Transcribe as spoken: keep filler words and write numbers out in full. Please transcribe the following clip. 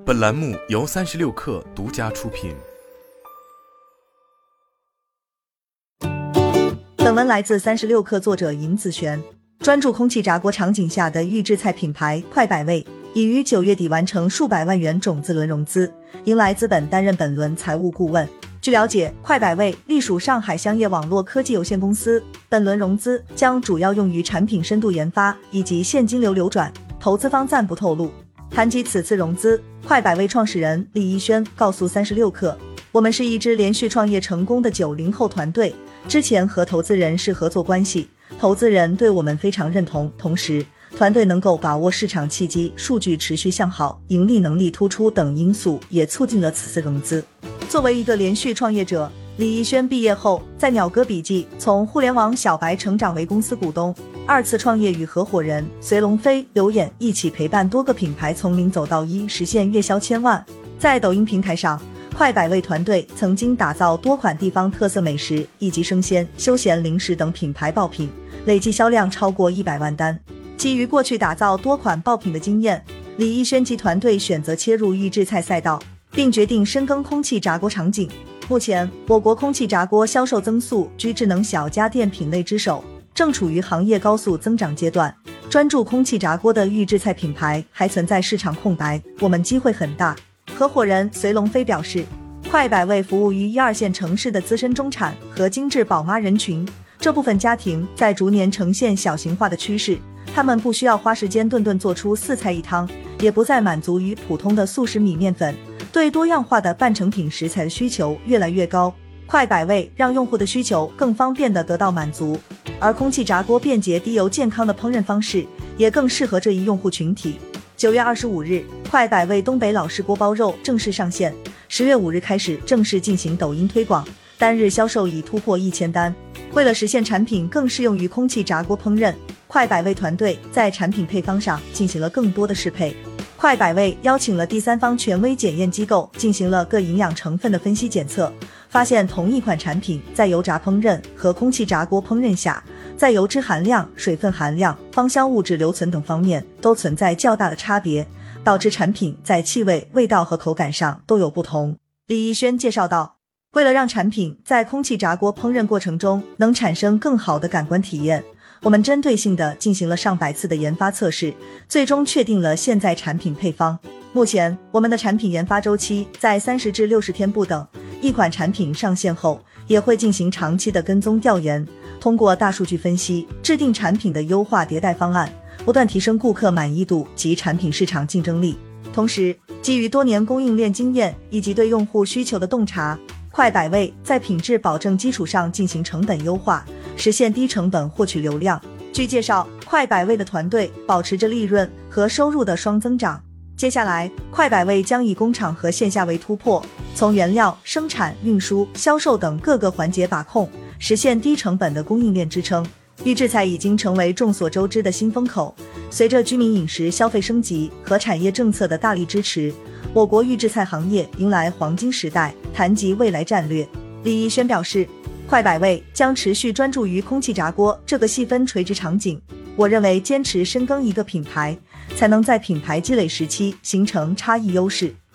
本栏目由三十六氪独家出品。 本文来自三十六氪，作者尹子璇。专注空气炸锅场景下的预制菜品牌快百味，已于九月底完成数百万元种子轮融资，迎来资本担任本轮财务顾问。据了解，快百味隶属上海香业网络科技有限公司，本轮融资将主要用于产品深度研发以及现金流流转，投资方暂不透露。谈及此次融资，快百味创始人李一轩告诉三十六氪，我们是一支连续创业成功的九零后团队，之前和投资人是合作关系，投资人对我们非常认同，同时团队能够把握市场契机，数据持续向好，盈利能力突出等因素也促进了此次融资。作为一个连续创业者，李一轩毕业后在鸟哥笔记从互联网小白成长为公司股东，二次创业与合伙人隋龙飞、刘演一起陪伴多个品牌从零走到一，实现月销千万。在抖音平台上，快百味团队曾经打造多款地方特色美食以及生鲜、休闲零食等品牌爆品，累计销量超过一百万单。基于过去打造多款爆品的经验，李一轩及团队选择切入预制菜赛道，并决定深耕空气炸锅场景。目前，我国空气炸锅销售增速居智能小家电品类之首，正处于行业高速增长阶段。专注空气炸锅的预制菜品牌还存在市场空白，我们机会很大。合伙人隋龙飞表示，快百味服务于一二线城市的资深中产和精致宝妈人群，这部分家庭在逐年呈现小型化的趋势，他们不需要花时间顿顿做出四菜一汤，也不再满足于普通的速食米面粉，对多样化的半成品食材的需求越来越高。快百味让用户的需求更方便地得到满足，而空气炸锅便捷低油健康的烹饪方式也更适合这一用户群体。九月二十五日，快百味东北老式锅包肉正式上线，十月五日开始正式进行抖音推广，单日销售已突破一千单。为了实现产品更适用于空气炸锅烹饪，快百味团队在产品配方上进行了更多的适配。快百味邀请了第三方权威检验机构进行了各营养成分的分析检测，发现同一款产品在油炸烹饪和空气炸锅烹饪下，在油脂含量、水分含量、芳香物质留存等方面都存在较大的差别，导致产品在气味、味道和口感上都有不同。李一轩介绍道，为了让产品在空气炸锅烹饪过程中能产生更好的感官体验，我们针对性地进行了上百次的研发测试，最终确定了现在产品配方。目前我们的产品研发周期在三十至六十天不等，一款产品上线后也会进行长期的跟踪调研，通过大数据分析制定产品的优化迭代方案，不断提升顾客满意度及产品市场竞争力。同时，基于多年供应链经验以及对用户需求的洞察，快百味在品质保证基础上进行成本优化，实现低成本获取流量。据介绍，快百味的团队保持着利润和收入的双增长。接下来，快百味将以工厂和线下为突破，从原料、生产、运输、销售等各个环节把控，实现低成本的供应链支撑。预制菜已经成为众所周知的新风口，随着居民饮食消费升级和产业政策的大力支持，我国预制菜行业迎来黄金时代。谈及未来战略，李一轩表示，快百味将持续专注于空气炸锅这个细分垂直场景。我认为坚持深耕一个品牌，才能在品牌积累时期形成差异优势。